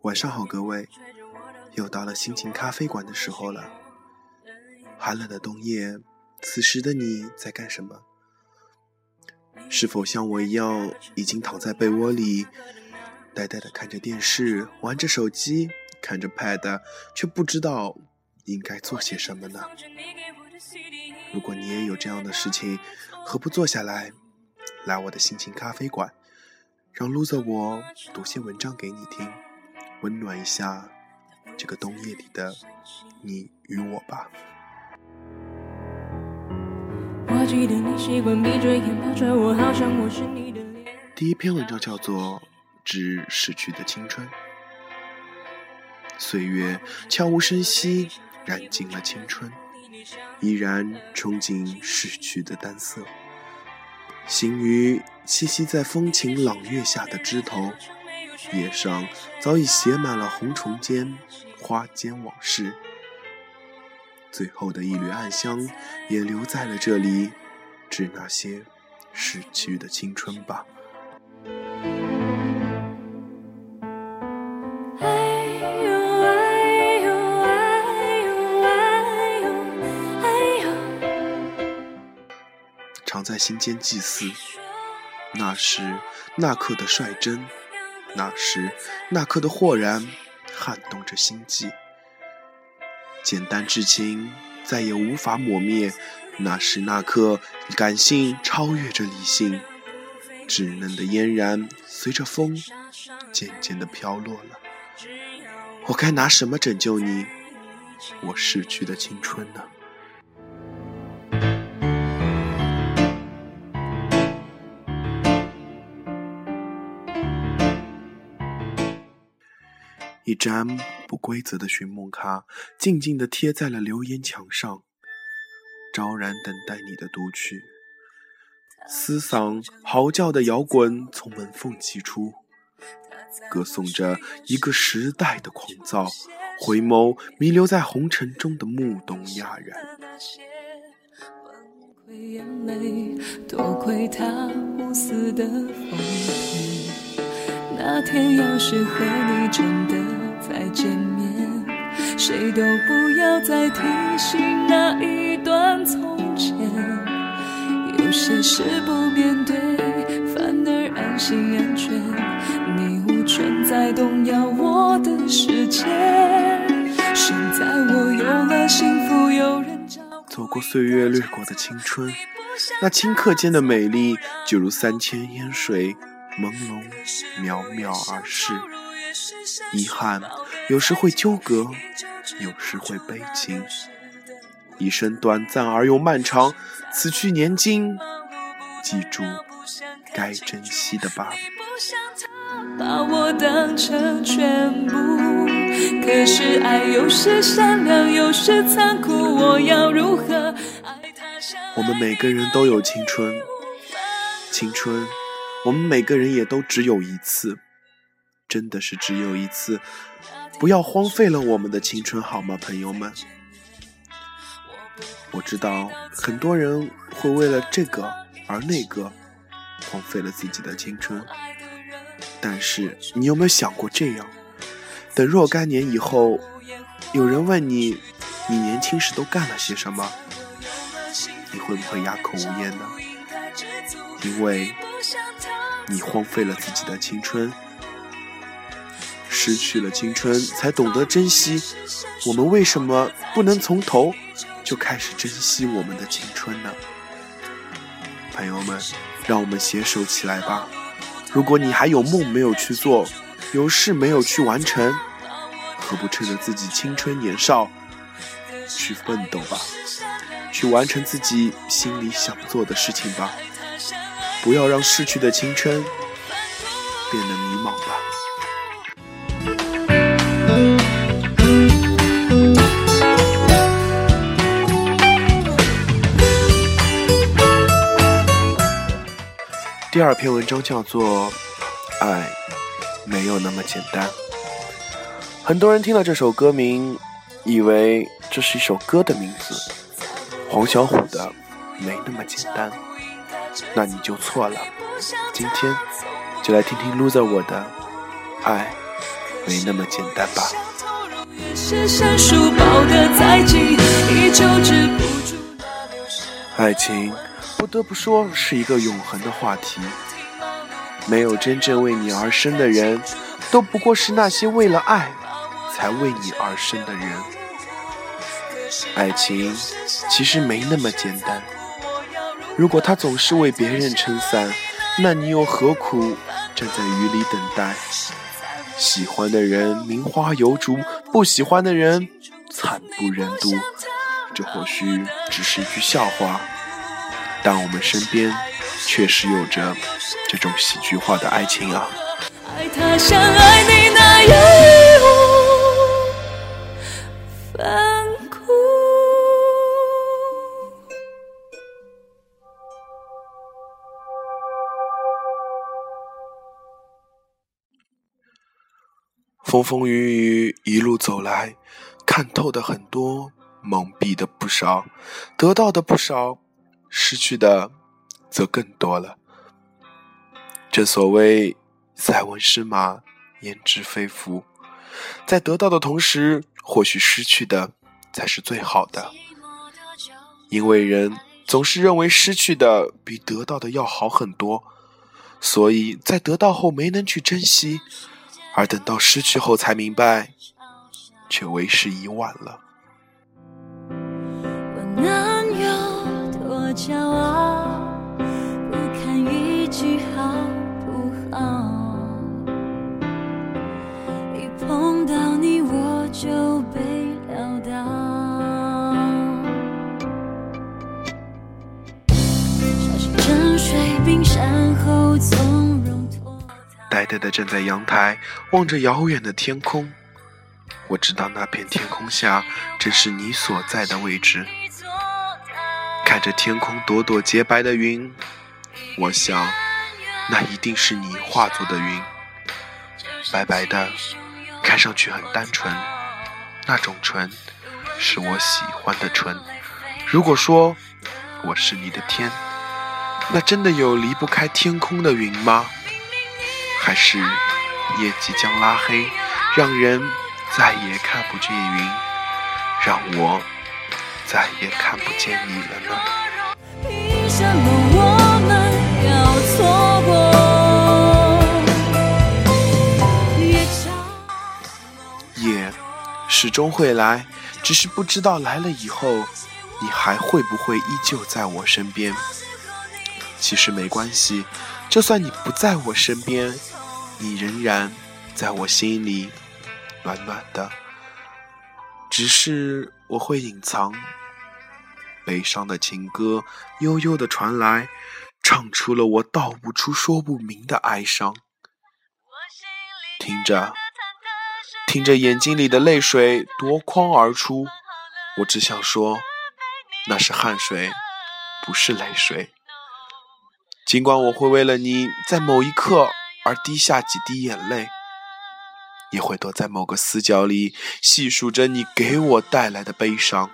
晚上好，各位，又到了心情咖啡馆的时候了。寒冷的冬夜，此时的你在干什么？是否像我一样，已经躺在被窝里，呆呆地看着电视，玩着手机，看着 pad， 却不知道应该做些什么呢？如果你也有这样的事情，何不坐下来我的心情咖啡馆，让 loser 我读些文章给你听，温暖一下这个冬夜里的你与我吧。我记得你习惯闭着眼抱着我，好像我是你的脸。第一篇文章叫做《致逝去的青春》。岁月悄无声息染尽了青春，依然憧憬逝去的单色。行于栖息在风晴朗月下的枝头，叶上早已写满了红虫间花间往事。最后的一缕暗香也留在了这里，致那些逝去的青春吧。常在心间祭祀，那时那刻的率真，那时那刻的豁然，撼动着心悸。简单至情再也无法抹灭，那时那刻感性超越着理性，稚嫩的嫣然随着风渐渐地飘落了。我该拿什么拯救你，我逝去的青春呢？一张不规则的寻梦卡静静地贴在了留言墙上，昭然等待你的读取。嘶嗓嚎叫的摇滚从门缝挤出，歌颂着一个时代的狂躁，回眸弥留在红尘中的目瞪哑然。眼泪多亏他无私的奉陪，那天要是和你真的再见面，谁都不要再提醒那一段从前。有些事不面对，反而安心安全，你无权再动摇我的世界。现在我有了幸福，有人照顾。走过岁月掠过的青春，那顷刻间的美丽就如3000烟水，朦胧渺渺而逝。遗憾有时会纠葛，有时会悲情。一生短暂而又漫长，此去年今，记住该珍惜的吧。把我当成全部，可是爱有时善良，有时残酷，我要如何爱他？我们每个人都有青春，青春我们每个人也都只有一次，真的是只有一次，不要荒废了我们的青春好吗，朋友们？我知道很多人会为了这个而那个，荒废了自己的青春，但是你有没有想过这样，等若干年以后，有人问你，你年轻时都干了些什么，你会不会哑口无言呢？因为你荒废了自己的青春，失去了青春才懂得珍惜。我们为什么不能从头就开始珍惜我们的青春呢？朋友们，让我们携手起来吧。如果你还有梦没有去做，有事没有去完成，何不趁着自己青春年少去奋斗吧，去完成自己心里想做的事情吧。不要让逝去的青春变得迷茫吧。第二篇文章叫做《爱没有那么简单》。很多人听了这首歌名，以为这是一首歌的名字，黄小琥的《没那么简单》，那你就错了。今天就来听听 loser 我的爱没那么简单吧。爱情不得不说是一个永恒的话题，没有真正为你而生的人，都不过是那些为了爱才为你而生的人。爱情其实没那么简单，如果他总是为别人撑伞，那你又何苦站在雨里等待？喜欢的人名花有主，不喜欢的人惨不忍睹。这或许只是一句笑话，但我们身边确实有着这种喜剧化的爱情啊。 爱他像爱你那样义无反顾。 风风雨雨一路走来，看透的很多，蒙蔽的不少，得到的不少，失去的则更多了。正所谓塞翁失马焉知非福，在得到的同时，或许失去的才是最好的。因为人总是认为失去的比得到的要好很多，所以在得到后没能去珍惜，而等到失去后才明白，却为时已晚了。 我能有多骄傲，不看一句好不好，一碰到你我就被撂倒，小心沉睡冰山后从容脱逃。 呆呆地站在阳台，望着遥远的天空。我知道那片天空下正是你所在的位置。看着天空朵朵洁白的云，我想那一定是你化作的云，白白的，看上去很单纯，那种纯是我喜欢的纯。如果说我是你的天，那真的有离不开天空的云吗？还是夜即将拉黑，让人再也看不见云，让我再也看不见你了呢？ 凭什么我们要错过？ 夜始终会来，只是不知道来了以后，你还会不会依旧在我身边。其实没关系，就算你不在我身边，你仍然在我心里暖暖的，只是我会隐藏。悲伤的情歌悠悠地传来，唱出了我道不出说不明的哀伤。听着眼睛里的泪水夺眶而出，我只想说，那是汗水，不是泪水。尽管我会为了你在某一刻而滴下几滴眼泪，也会躲在某个死角里细数着你给我带来的悲伤。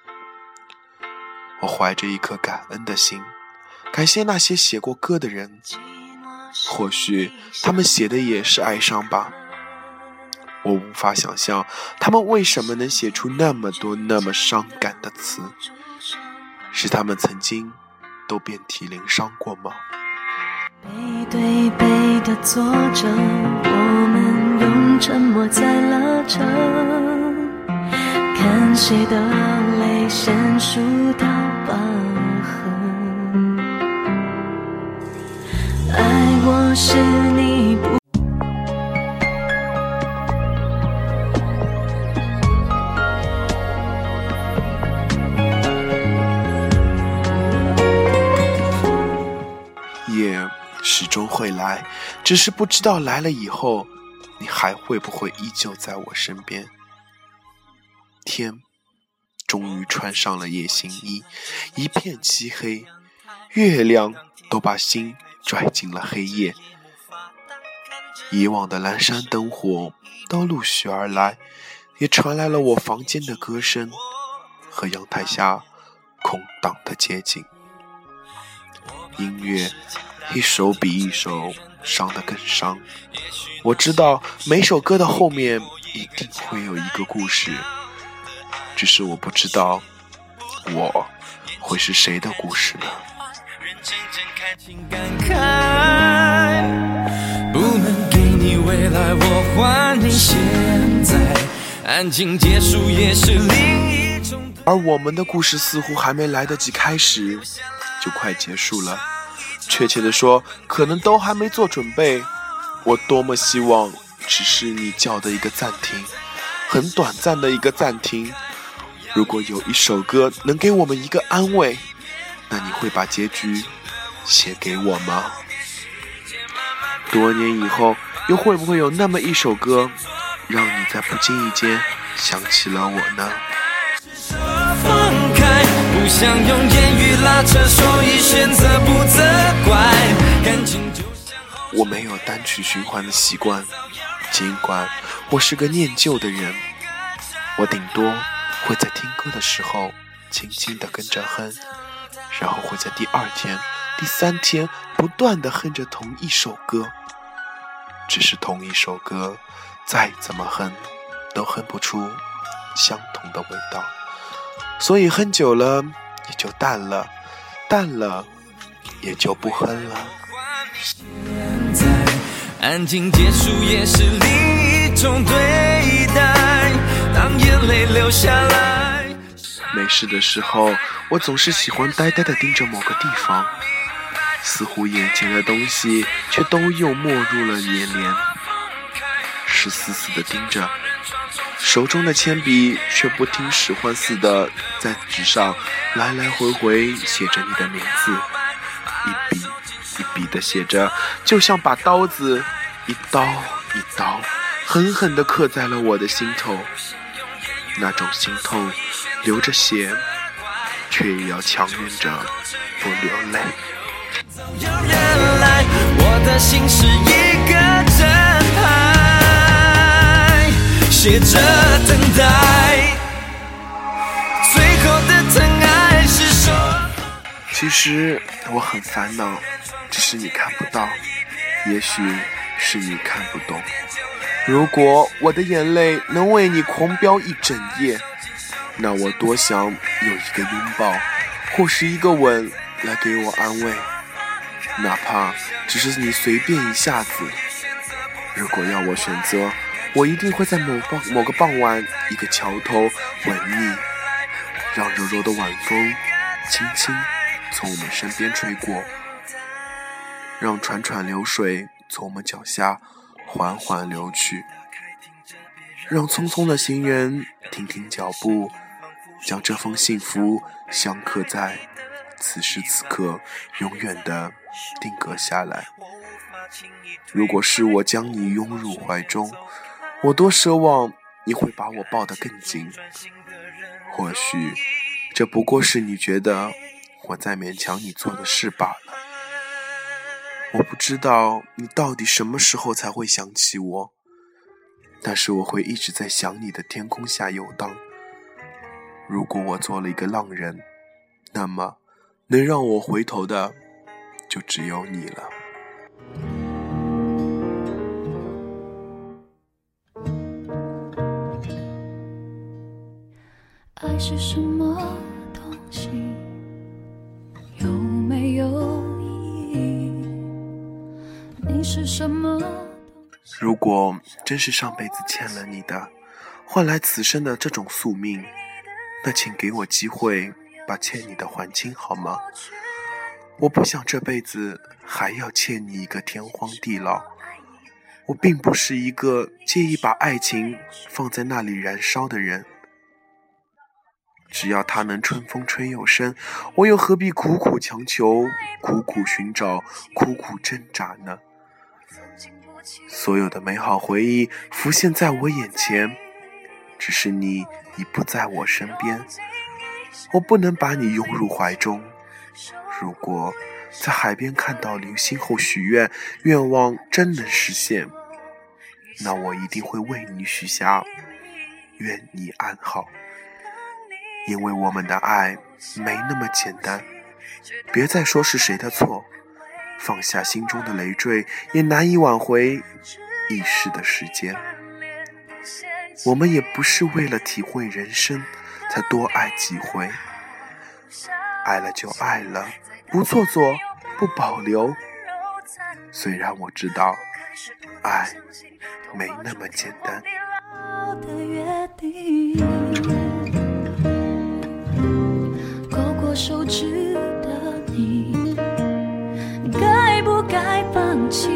我怀着一颗感恩的心，感谢那些写过歌的人，或许他们写的也是哀伤吧。我无法想象他们为什么能写出那么多那么伤感的词，是他们曾经都遍体鳞伤过吗？ 背对背的坐着，我们用沉默在拉扯，看谁的泪先数到饱和。爱我是你不夜始终会来，只是不知道来了以后，你还会不会依旧在我身边。天终于穿上了夜行衣，一片漆黑，月亮都把心拽进了黑夜。以往的阑珊灯火都陆续而来，也传来了我房间的歌声和阳台下空荡的街景。音乐一首比一首伤得更伤。我知道每首歌的后面一定会有一个故事，只是我不知道我会是谁的故事呢？ 不能给你未来，我还你现在，安静结束也是另一种。 而我们的故事似乎还没来得及开始，就快结束了。确切的说，可能都还没做准备。我多么希望只是你叫的一个暂停，很短暂的一个暂停。如果有一首歌能给我们一个安慰，那你会把结局写给我吗？多年以后，又会不会有那么一首歌，让你在不经意间想起了我呢？ 放开，不想用言语拉扯，所以选择不责怪。感情就像我没有单曲循环的习惯，尽管我是个念旧的人，我顶多会在听歌的时候轻轻地跟着哼，然后会在第二天、第三天不断地哼着同一首歌。只是同一首歌，再怎么哼都哼不出相同的味道，所以哼久了也就淡了，淡了也就不哼了。 现在安静结束也是另一种对待，当眼泪流下来。 没事的时候，我总是喜欢呆呆地盯着某个地方，似乎眼前的东西却都又没入了眼帘，是死死地盯着，手中的铅笔却不听使唤似的在纸上来来回回写着你的名字，一笔一笔地写着，就像把刀子一刀一刀狠狠地刻在了我的心头。那种心痛流着血，却也要强忍着不流泪。 有人来，我的心是一个真牌，写着等待，最后的疼爱是说。 其实我很烦恼，只是你看不到，也许是你看不懂。如果我的眼泪能为你狂飙一整夜，那我多想有一个拥抱，或是一个吻来给我安慰，哪怕只是你随便一下子。如果要我选择，我一定会在某个傍晚，一个桥头吻你，让柔柔的晚风轻轻从我们身边吹过，让潺潺流水从我们脚下缓缓流去，让匆匆的行人停停脚步，将这封幸福镶刻在此时此刻，永远的定格下来。如果是我将你拥入怀中，我多奢望你会把我抱得更紧。或许这不过是你觉得我在勉强你做的事罢了。我不知道你到底什么时候才会想起我，但是我会一直在想你的天空下游荡。如果我做了一个浪人，那么能让我回头的就只有你了。 爱是什么东西，有没有意义？你是什么？ 如果真是上辈子欠了你的，换来此生的这种宿命，那请给我机会把欠你的还清好吗？我不想这辈子还要欠你一个天荒地老。我并不是一个介意把爱情放在那里燃烧的人，只要它能春风吹又生，我又何必苦苦强求，苦苦寻找，苦苦挣扎呢？所有的美好回忆浮现在我眼前，只是你已不在我身边，我不能把你拥入怀中。如果在海边看到流星后许愿，愿望真能实现，那我一定会为你许下愿你安好。因为我们的爱没那么简单，别再说是谁的错， 放下心中的累赘，也难以挽回一时的时间。我们也不是为了体会人生才多爱几回，爱了就爱了，不做作，不保留。虽然我知道爱没那么简单。 勾过手指的你，该不该放弃？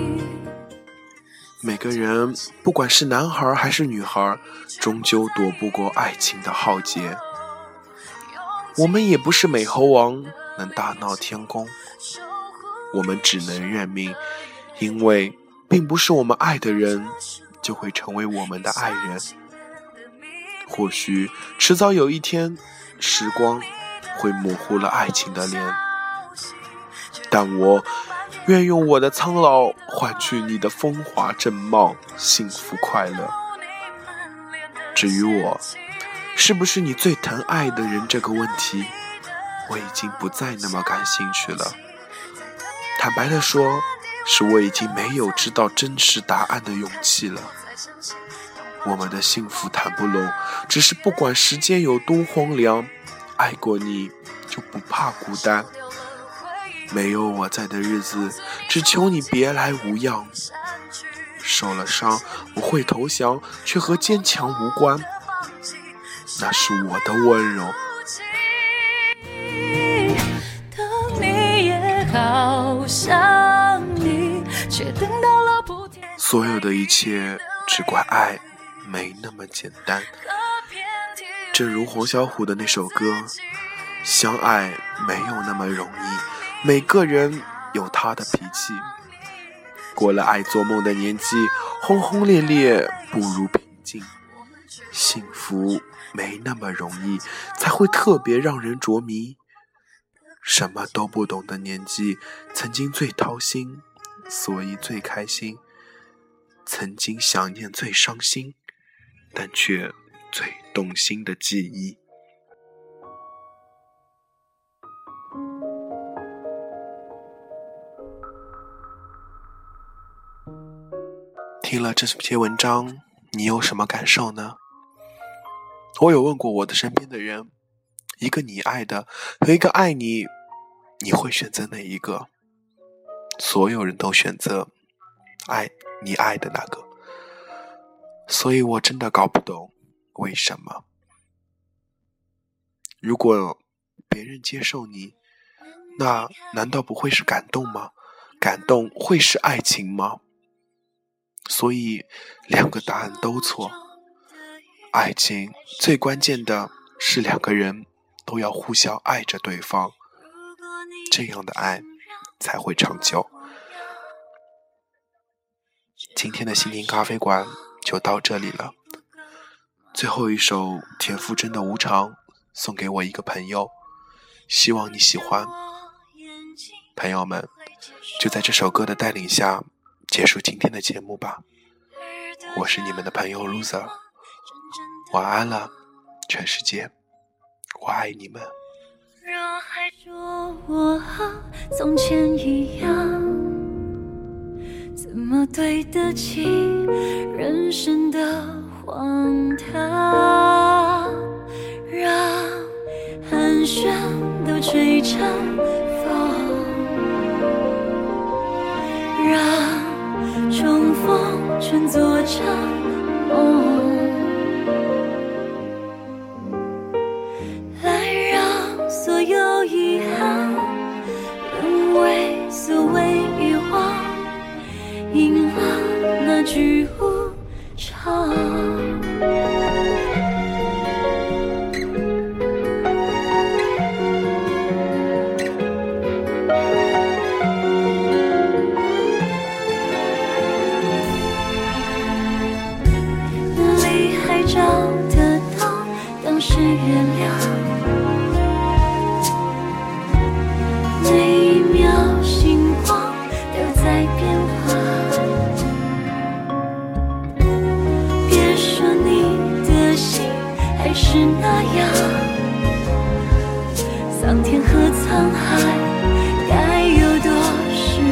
每个人不管是男孩还是女孩，终究躲不过爱情的浩劫。我们也不是美猴王能大闹天宫，我们只能认命，因为并不是我们爱的人就会成为我们的爱人。或许迟早有一天，时光会模糊了爱情的脸，但我愿用我的苍老换取你的风华正茂，幸福快乐。至于我是不是你最疼爱的人这个问题，我已经不再那么感兴趣了。坦白地说，是我已经没有知道真实答案的勇气了。我们的幸福谈不拢，只是不管时间有多荒凉，爱过你就不怕孤单。没有我在的日子，只求你别来无恙。受了伤我会投降，却和坚强无关，那是我的温柔。所有的一切只怪爱没那么简单。正如黄小琥的那首歌，相爱没有那么容易，每个人有他的脾气。过了爱做梦的年纪，轰轰烈烈不如平静。幸福没那么容易，才会特别让人着迷。什么都不懂的年纪，曾经最掏心，所以最开心。曾经想念最伤心，但却最动心的记忆。听了这些文章，你有什么感受呢？我有问过我的身边的人，一个你爱的和一个爱你，你会选择哪一个？所有人都选择你爱的那个。所以我真的搞不懂为什么。如果别人接受你，那难道不会是感动吗？感动会是爱情吗？所以两个答案都错。爱情最关键的是两个人都要互相爱着对方，这样的爱才会长久。今天的心灵咖啡馆就到这里了。最后一首田馥甄的《无常》送给我一个朋友，希望你喜欢。朋友们，就在这首歌的带领下结束今天的节目吧。我是你们的朋友 Loser， 晚安了全世界，我爱你们。 若还说我和从前一样，怎么对得起人生的荒唐？让寒暄都吹成风，让重逢全做成梦，来让所有遗憾沦为所谓遗忘，赢了那句无常。哪里还找得到当时月亮？每一秒星光都在变化。别说你的心还是那样，桑田和沧海该有多失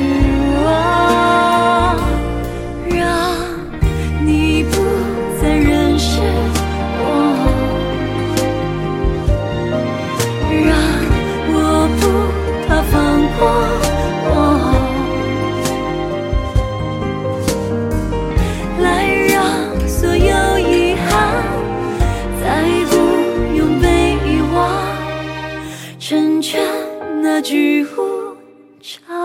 成那句无常。